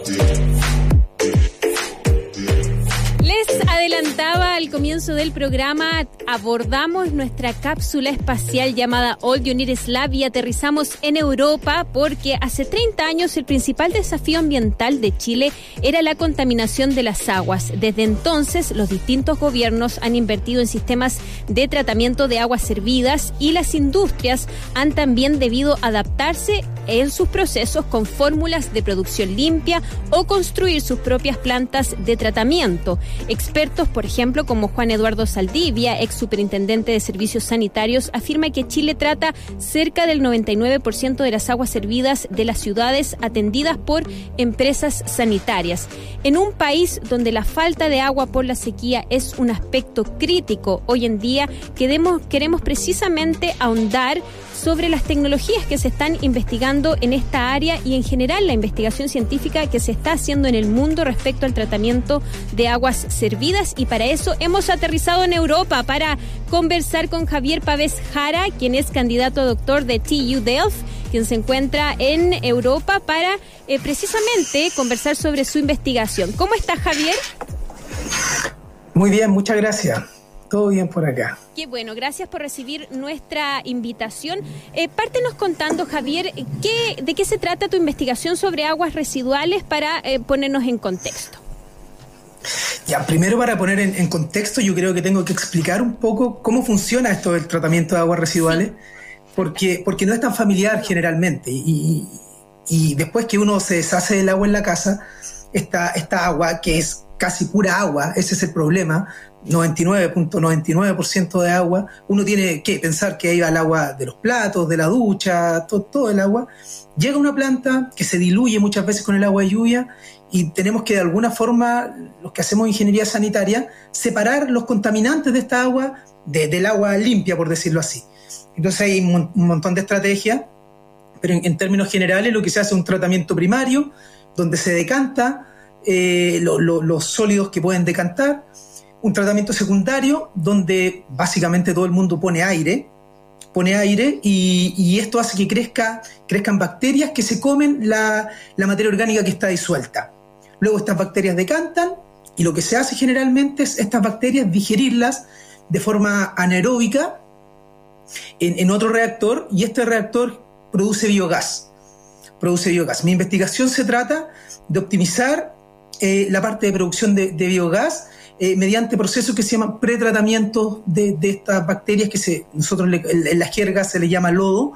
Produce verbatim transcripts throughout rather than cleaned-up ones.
Les adelantaba al comienzo del programa, abordamos nuestra cápsula espacial llamada All You Need Is Love y aterrizamos en Europa porque hace treinta años el principal desafío ambiental de Chile era la contaminación de las aguas. Desde entonces, los distintos gobiernos han invertido en sistemas de tratamiento de aguas servidas y las industrias han también debido adaptarse en sus procesos con fórmulas de producción limpia o construir sus propias plantas de tratamiento. Expertos, por ejemplo, como Juan Eduardo Saldivia, ex superintendente de servicios sanitarios, afirma que Chile trata cerca del noventa y nueve por ciento de las aguas servidas de las ciudades atendidas por empresas sanitarias. En un país donde la falta de agua por la sequía es un aspecto crítico hoy en día, queremos, queremos precisamente ahondar sobre las tecnologías que se están investigando en esta área y en general la investigación científica que se está haciendo en el mundo respecto al tratamiento de aguas servidas, y para eso hemos aterrizado en Europa para conversar con Javier Pavés Jara, quien es candidato a doctor de T U Delft, quien se encuentra en Europa para eh, precisamente conversar sobre su investigación. ¿Cómo está, Javier? Muy bien, muchas gracias. Todo bien por acá. Qué bueno, gracias por recibir nuestra invitación. Eh, pártenos contando, Javier, ¿qué, ¿de qué se trata tu investigación sobre aguas residuales para eh, ponernos en contexto? Ya, primero para poner en, en contexto, yo creo que tengo que explicar un poco cómo funciona esto del tratamiento de aguas residuales, sí. porque, porque no es tan familiar generalmente. Y, y después que uno se deshace del agua en la casa, esta, esta agua, que es casi pura agua, ese es el problema, noventa y nueve punto noventa y nueve por ciento de agua, uno tiene que pensar que ahí va el agua de los platos, de la ducha, todo, todo el agua, llega a una planta que se diluye muchas veces con el agua de lluvia y tenemos que de alguna forma, los que hacemos ingeniería sanitaria, separar los contaminantes de esta agua de, del agua limpia, por decirlo así. Entonces hay un, un montón de estrategias, pero en, en términos generales lo que se hace es un tratamiento primario, donde se decanta eh, lo, lo, los sólidos que pueden decantar, un tratamiento secundario donde básicamente todo el mundo pone aire, pone aire y, y esto hace que crezca, crezcan bacterias que se comen la, la materia orgánica que está disuelta. Luego estas bacterias decantan y lo que se hace generalmente es estas bacterias digerirlas de forma anaeróbica en, en otro reactor, y este reactor produce biogás. Produce biogás. Mi investigación se trata de optimizar eh, la parte de producción de, de biogás Eh, mediante procesos que se llaman pretratamiento de, de estas bacterias que se, nosotros le, en la jerga se le llama lodo,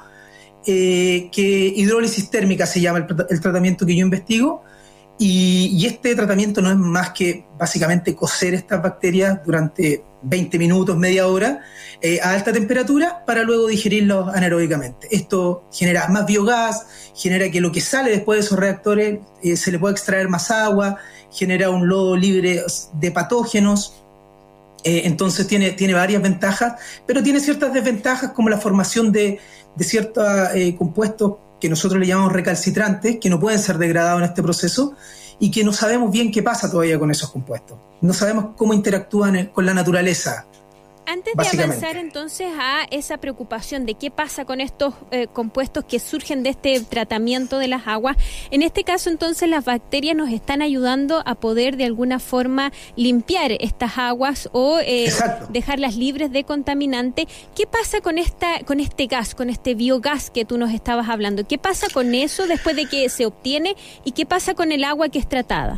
eh, que hidrólisis térmica se llama el, el tratamiento que yo investigo, y, y este tratamiento no es más que básicamente cocer estas bacterias durante veinte minutos, media hora, eh, a alta temperatura para luego digerirlos anaeróbicamente. Esto genera más biogás, genera que lo que sale después de esos reactores eh, se le pueda extraer más agua, genera un lodo libre de patógenos, eh, entonces tiene, tiene varias ventajas, pero tiene ciertas desventajas como la formación de, de ciertos eh, compuestos que nosotros le llamamos recalcitrantes, que no pueden ser degradados en este proceso y que no sabemos bien qué pasa todavía con esos compuestos. No sabemos cómo interactúan con la naturaleza. Antes de avanzar entonces a esa preocupación de qué pasa con estos eh, compuestos que surgen de este tratamiento de las aguas, en este caso entonces las bacterias nos están ayudando a poder de alguna forma limpiar estas aguas o eh, dejarlas libres de contaminante. ¿Qué pasa con esta, con este gas, con este biogás que tú nos estabas hablando? ¿Qué pasa con eso después de que se obtiene y qué pasa con el agua que es tratada?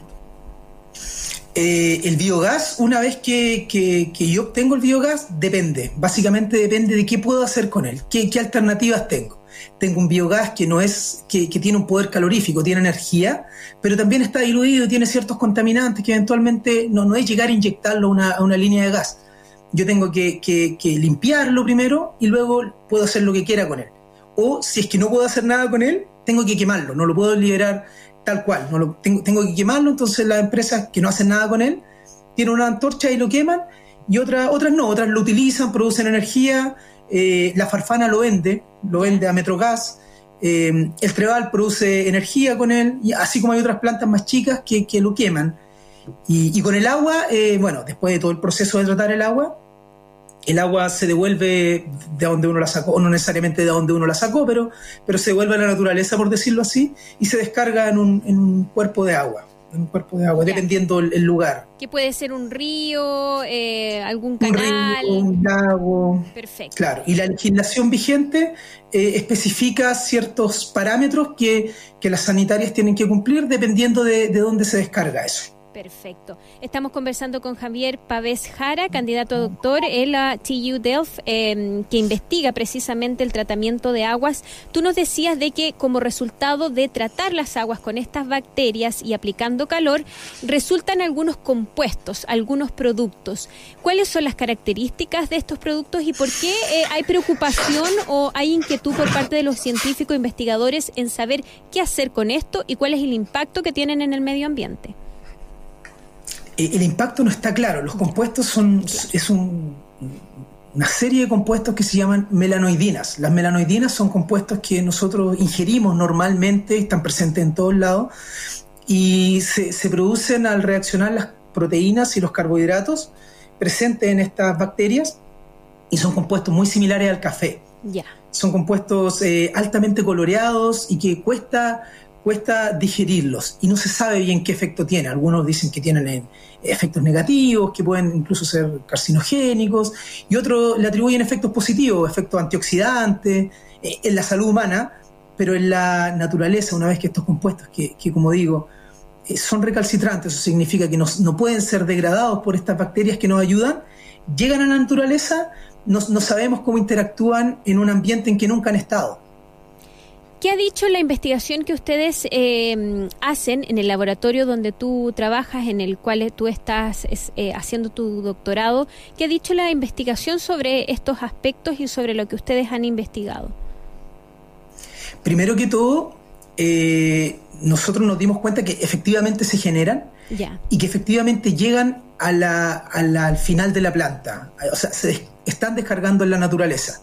Eh, el biogás, una vez que, que, que yo obtengo el biogás, depende, básicamente depende de qué puedo hacer con él, qué, qué alternativas tengo. Tengo un biogás que no es, que, que tiene un poder calorífico, tiene energía, pero también está diluido y tiene ciertos contaminantes que eventualmente no, no es llegar a inyectarlo a una, a una línea de gas. Yo tengo que, que, que limpiarlo primero y luego puedo hacer lo que quiera con él. O si es que no puedo hacer nada con él, tengo que quemarlo, no lo puedo liberar tal cual, no lo, tengo, tengo que quemarlo, entonces las empresas que no hacen nada con él tienen una antorcha y lo queman, y otras, otras no, otras lo utilizan, producen energía, eh, la Farfana lo vende, lo vende a Metrogas, eh, el Trebal produce energía con él, y así como hay otras plantas más chicas que, que lo queman. Y, y con el agua, eh, bueno, después de todo el proceso de tratar el agua, el agua se devuelve de donde uno la sacó, o no necesariamente de donde uno la sacó, pero, pero se devuelve a la naturaleza, por decirlo así, y se descarga en un, en un cuerpo de agua, en un cuerpo de agua, ya, dependiendo el, el lugar. Que puede ser un río, eh, algún canal. Un río, un lago. Perfecto. Claro, y la legislación vigente eh, especifica ciertos parámetros que, que las sanitarias tienen que cumplir dependiendo de, de dónde se descarga eso. Perfecto. Estamos conversando con Javier Pavés Jara, candidato a doctor en la T U Delft, eh, que investiga precisamente el tratamiento de aguas. Tú nos decías de que como resultado de tratar las aguas con estas bacterias y aplicando calor, resultan algunos compuestos, algunos productos. ¿Cuáles son las características de estos productos y por qué eh, hay preocupación o hay inquietud por parte de los científicos e investigadores en saber qué hacer con esto y cuál es el impacto que tienen en el medio ambiente? El impacto no está claro. Los compuestos son es un, una serie de compuestos que se llaman melanoidinas. Las melanoidinas son compuestos que nosotros ingerimos normalmente, están presentes en todos lados, y se, se producen al reaccionar las proteínas y los carbohidratos presentes en estas bacterias, y son compuestos muy similares al café. Yeah. Son compuestos eh, altamente coloreados y que cuesta... cuesta digerirlos y no se sabe bien qué efecto tiene. Algunos dicen que tienen eh, efectos negativos, que pueden incluso ser carcinogénicos, y otros le atribuyen efectos positivos, efectos antioxidantes eh, en la salud humana, pero en la naturaleza, una vez que estos compuestos, que, que como digo, eh, son recalcitrantes, eso significa que no, no pueden ser degradados por estas bacterias que nos ayudan, llegan a la naturaleza, no, no sabemos cómo interactúan en un ambiente en que nunca han estado. ¿Qué ha dicho la investigación que ustedes eh, hacen en el laboratorio donde tú trabajas, en el cual tú estás eh, haciendo tu doctorado? ¿Qué ha dicho la investigación sobre estos aspectos y sobre lo que ustedes han investigado? Primero que todo, eh, nosotros nos dimos cuenta que efectivamente se generan ya. y que efectivamente llegan a la, a la, al final de la planta. O sea, se des- están descargando en la naturaleza.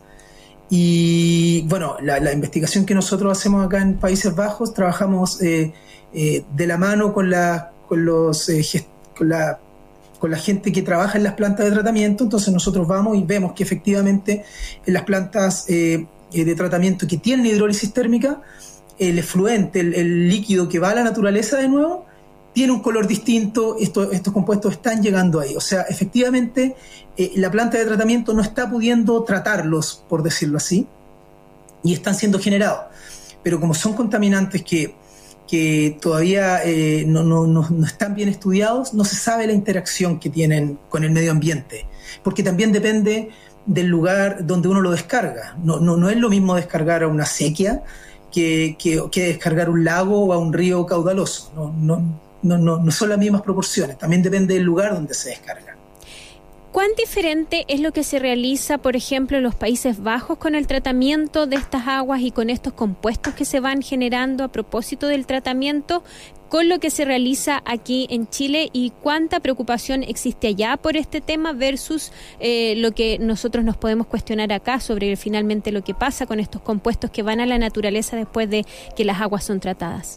Y bueno, la, la investigación que nosotros hacemos acá en Países Bajos, trabajamos eh, eh, de la mano con la, con, los, eh, gest- con, la, con la gente que trabaja en las plantas de tratamiento. Entonces nosotros vamos y vemos que efectivamente en las plantas eh, de tratamiento que tienen hidrólisis térmica, el efluente, el, el líquido que va a la naturaleza de nuevo, tiene un color distinto, esto, estos compuestos están llegando ahí. O sea, efectivamente, eh, la planta de tratamiento no está pudiendo tratarlos, por decirlo así, y están siendo generados. Pero como son contaminantes que, que todavía eh, no, no, no, no están bien estudiados, no se sabe la interacción que tienen con el medio ambiente, porque también depende del lugar donde uno lo descarga. No, no, no es lo mismo descargar a una sequía que, que, que descargar un lago o a un río caudaloso. No, no, No, no, no son las mismas proporciones, también depende del lugar donde se descarga. ¿Cuán diferente es lo que se realiza, por ejemplo, en los Países Bajos con el tratamiento de estas aguas y con estos compuestos que se van generando a propósito del tratamiento, con lo que se realiza aquí en Chile, y cuánta preocupación existe allá por este tema versus eh, lo que nosotros nos podemos cuestionar acá sobre finalmente lo que pasa con estos compuestos que van a la naturaleza después de que las aguas son tratadas?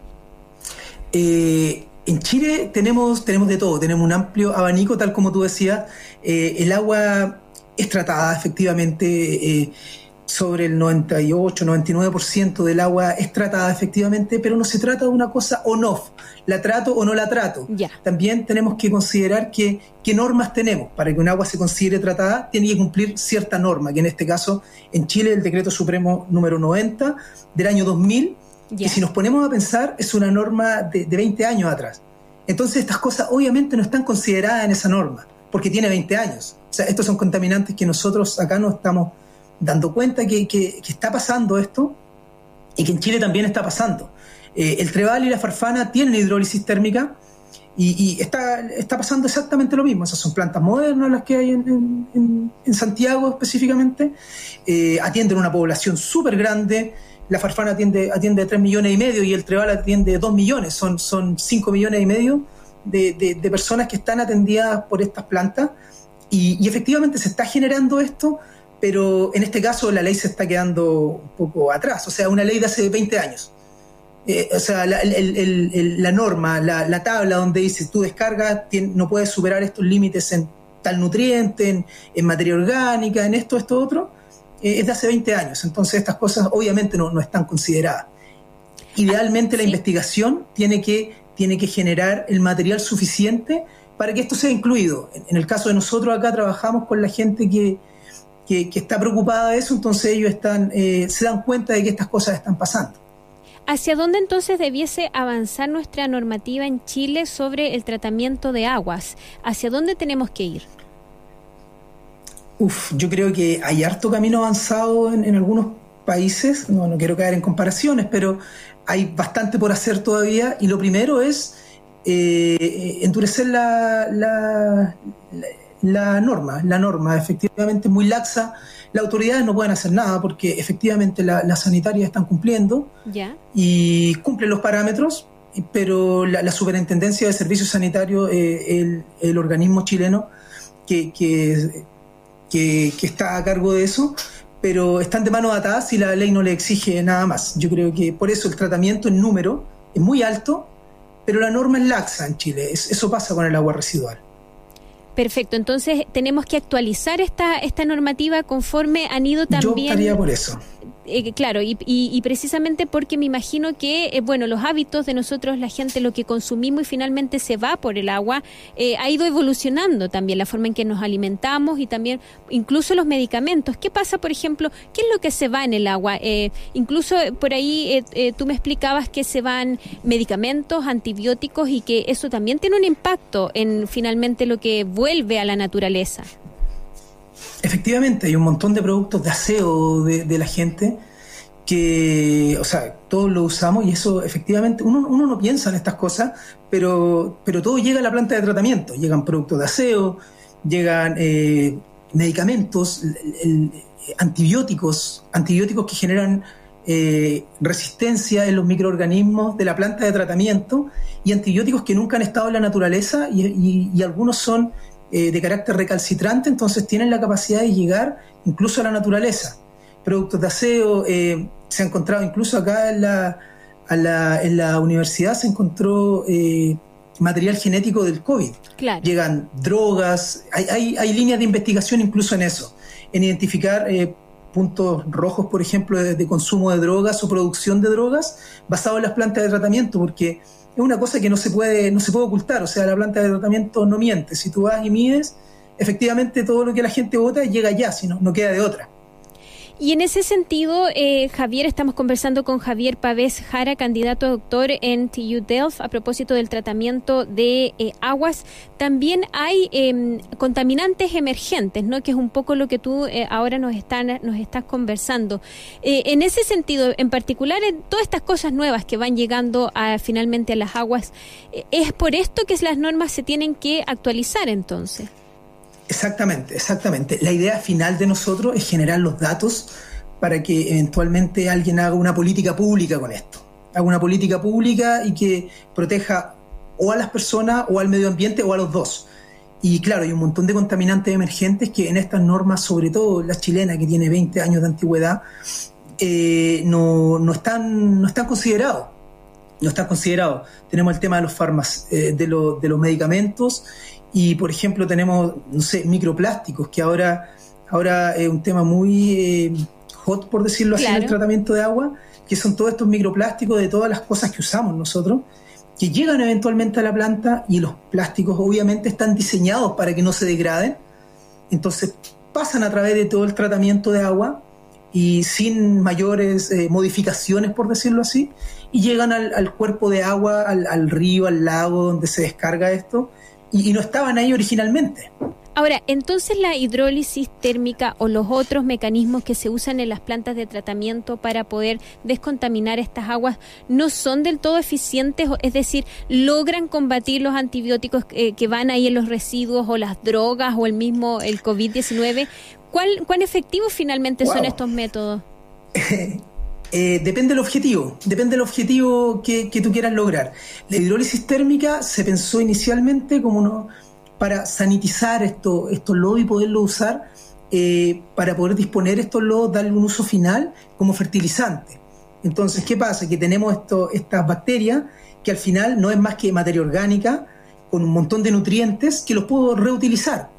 Eh, en Chile tenemos, tenemos de todo, tenemos un amplio abanico, tal como tú decías. Eh, el agua es tratada efectivamente, eh, sobre el noventa y ocho, noventa y nueve por ciento del agua es tratada efectivamente, pero no se trata de una cosa on-off, la trato o no la trato. Ya. También tenemos que considerar que, qué normas tenemos. Para que un agua se considere tratada, tiene que cumplir cierta norma, que en este caso, en Chile, el Decreto Supremo número noventa del año dos mil, Yeah. y si nos ponemos a pensar, es una norma de, de veinte años atrás. Entonces estas cosas obviamente no están consideradas en esa norma, porque tiene veinte años. O sea, estos son contaminantes que nosotros acá nos estamos dando cuenta que, que, que está pasando esto, y que en Chile también está pasando. Eh, el Trebal y la Farfana tienen hidrólisis térmica, y, y está, está pasando exactamente lo mismo. Esas son plantas modernas las que hay en, en, en Santiago específicamente. Eh, atienden una población súper grande. La Farfana atiende, atiende tres millones y medio y el Trebal atiende dos millones. Son, son cinco millones y medio de, de, de personas que están atendidas por estas plantas. Y, y efectivamente se está generando esto, pero en este caso la ley se está quedando un poco atrás. O sea, una ley de hace veinte años. Eh, o sea, la, el, el, el, la norma, la, la tabla donde dice tú descargas, tien, no puedes superar estos límites en tal nutriente, en, en materia orgánica, en esto, esto, otro, eh, es de hace veinte años. Entonces estas cosas obviamente no, no están consideradas. Idealmente la ¿Sí? investigación tiene que, tiene que generar el material suficiente para que esto sea incluido. En, en el caso de nosotros acá trabajamos con la gente que, que, que está preocupada de eso, entonces ellos están, eh, se dan cuenta de que estas cosas están pasando. ¿Hacia dónde entonces debiese avanzar nuestra normativa en Chile sobre el tratamiento de aguas? ¿Hacia dónde tenemos que ir? Uf, yo creo que hay harto camino avanzado en, en algunos países, no, no quiero caer en comparaciones, pero hay bastante por hacer todavía, y lo primero es eh, endurecer la, la, la, la norma, la norma efectivamente es muy laxa. Las autoridades no pueden hacer nada porque efectivamente la, las sanitarias están cumpliendo ¿Ya? y cumplen los parámetros, pero la, la Superintendencia de Servicios Sanitarios, eh, el, el organismo chileno que, que, que, que está a cargo de eso, pero están de manos atadas y la ley no le exige nada más. Yo creo que por eso el tratamiento en número es muy alto, pero la norma es laxa en Chile. Es, eso pasa con el agua residual. Perfecto, entonces tenemos que actualizar esta esta normativa conforme han ido también... Yo optaría por eso. Eh, claro, y, y, y precisamente porque me imagino que, eh, bueno, los hábitos de nosotros, la gente, lo que consumimos y finalmente se va por el agua, eh, ha ido evolucionando también la forma en que nos alimentamos y también incluso los medicamentos. ¿Qué pasa, por ejemplo, qué es lo que se va en el agua? Eh, incluso por ahí eh, eh, tú me explicabas que se van medicamentos, antibióticos y que eso también tiene un impacto en finalmente lo que vuelve a la naturaleza. Efectivamente, hay un montón de productos de aseo de, de la gente que, o sea, todos lo usamos y eso efectivamente, uno, uno no piensa en estas cosas, pero, pero todo llega a la planta de tratamiento. Llegan productos de aseo, llegan eh, medicamentos, el, el, antibióticos, antibióticos que generan eh, resistencia en los microorganismos de la planta de tratamiento y antibióticos que nunca han estado en la naturaleza y, y, y algunos son Eh, de carácter recalcitrante, entonces tienen la capacidad de llegar incluso a la naturaleza. Productos de aseo, eh, se ha encontrado incluso acá en la, a la, en la universidad se encontró eh, material genético del COVID. Claro. Llegan drogas, hay, hay, hay líneas de investigación incluso en eso, en identificar eh, puntos rojos, por ejemplo, de, de consumo de drogas o producción de drogas basado en las plantas de tratamiento, porque es una cosa que no se puede no se puede ocultar, o sea, la planta de tratamiento no miente. Si tú vas y mides, efectivamente todo lo que la gente vota llega allá, si no, no queda de otra. Y en ese sentido, eh, Javier, estamos conversando con Javier Pavés Jara, candidato a doctor en T U Delft, a propósito del tratamiento de eh, aguas. También hay eh, contaminantes emergentes, ¿no? Que es un poco lo que tú eh, ahora nos, están, nos estás conversando. Eh, en ese sentido, en particular, en todas estas cosas nuevas que van llegando a, finalmente a las aguas, eh, ¿es por esto que las normas se tienen que actualizar entonces? Exactamente, exactamente. La idea final de nosotros es generar los datos para que eventualmente alguien haga una política pública con esto. Haga una política pública y que proteja o a las personas o al medio ambiente o a los dos. Y claro, hay un montón de contaminantes emergentes que en estas normas, sobre todo la chilena que tiene veinte años de antigüedad, eh, no, no, están, no están considerados. No están considerados. Tenemos el tema de los farmac- eh, de, lo, de los medicamentos. Y, por ejemplo, tenemos, no sé, microplásticos, que ahora, ahora es un tema muy eh, hot, por decirlo así, claro, en el tratamiento de agua, que son todos estos microplásticos de todas las cosas que usamos nosotros, que llegan eventualmente a la planta y los plásticos obviamente están diseñados para que no se degraden. Entonces pasan a través de todo el tratamiento de agua y sin mayores eh, modificaciones, por decirlo así, y llegan al, al cuerpo de agua, al, al río, al lago donde se descarga esto, y no estaban ahí originalmente. Ahora, entonces la hidrólisis térmica o los otros mecanismos que se usan en las plantas de tratamiento para poder descontaminar estas aguas no son del todo eficientes, es decir, logran combatir los antibióticos eh, que van ahí en los residuos o las drogas o el mismo el COVID diecinueve. ¿Cuál, ¿Cuán efectivos finalmente wow. son estos métodos? Eh, depende del objetivo, depende del objetivo que, que tú quieras lograr. La hidrólisis térmica se pensó inicialmente como uno, para sanitizar esto, estos lodos y poderlos usar eh, para poder disponer estos lodos, darle un uso final como fertilizante. Entonces, ¿qué pasa? Que tenemos esto, estas bacterias que al final no es más que materia orgánica con un montón de nutrientes que los puedo reutilizar.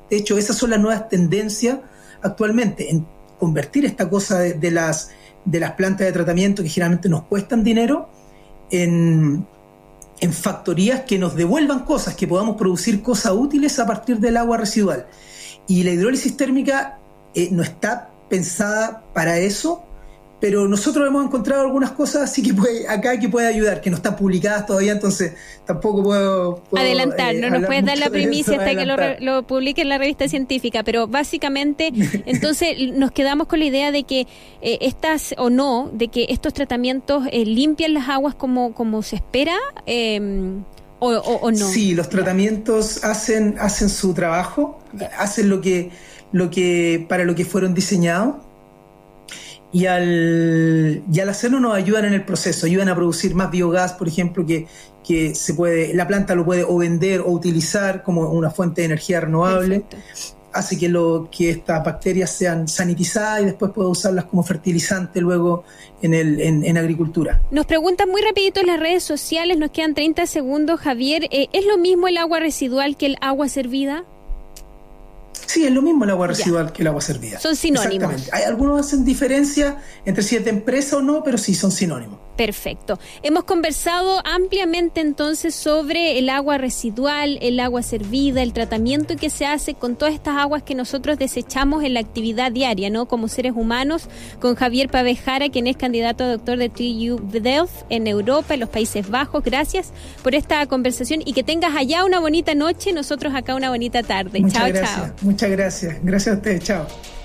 De hecho, esas son las nuevas tendencias actualmente, en convertir esta cosa de, de, las, de las plantas de tratamiento que generalmente nos cuestan dinero en, en factorías que nos devuelvan cosas, que podamos producir cosas útiles a partir del agua residual. Y la hidrólisis térmica eh, no está pensada para eso, pero nosotros hemos encontrado algunas cosas así que puede, acá que puede ayudar, que no están publicadas todavía, entonces tampoco puedo, puedo adelantar, no eh, nos puedes dar la primicia eso, hasta que lo, lo publique en la revista científica, pero básicamente entonces nos quedamos con la idea de que eh, estas o no, de que estos tratamientos eh, limpian las aguas como, como se espera eh, o, o, o no. Sí, los tratamientos hacen, hacen su trabajo, ya. hacen lo que, lo que para lo que fueron diseñados. Y al, y al hacerlo nos ayudan en el proceso, ayudan a producir más biogás, por ejemplo, que, que se puede, la planta lo puede o vender o utilizar como una fuente de energía renovable. Perfecto. Hace que, lo, que estas bacterias sean sanitizadas y después pueda usarlas como fertilizante luego en, el, en, en agricultura. Nos preguntan muy rapidito en las redes sociales, nos quedan treinta segundos, Javier, eh, ¿es lo mismo el agua residual que el agua servida? Sí, es lo mismo el agua residual ya. que el agua servida. Son sinónimos. Exactamente. Hay, algunos hacen diferencia entre si es de empresa o no, pero sí son sinónimos. Perfecto. Hemos conversado ampliamente entonces sobre el agua residual, el agua servida, el tratamiento que se hace con todas estas aguas que nosotros desechamos en la actividad diaria, ¿no? Como seres humanos, con Javier Pavejara, quien es candidato a doctor de T U Delft en Europa, en los Países Bajos. Gracias por esta conversación y que tengas allá una bonita noche, nosotros acá una bonita tarde. Muchas chao, gracias. chao. Muchas gracias. Gracias a ustedes. Chao.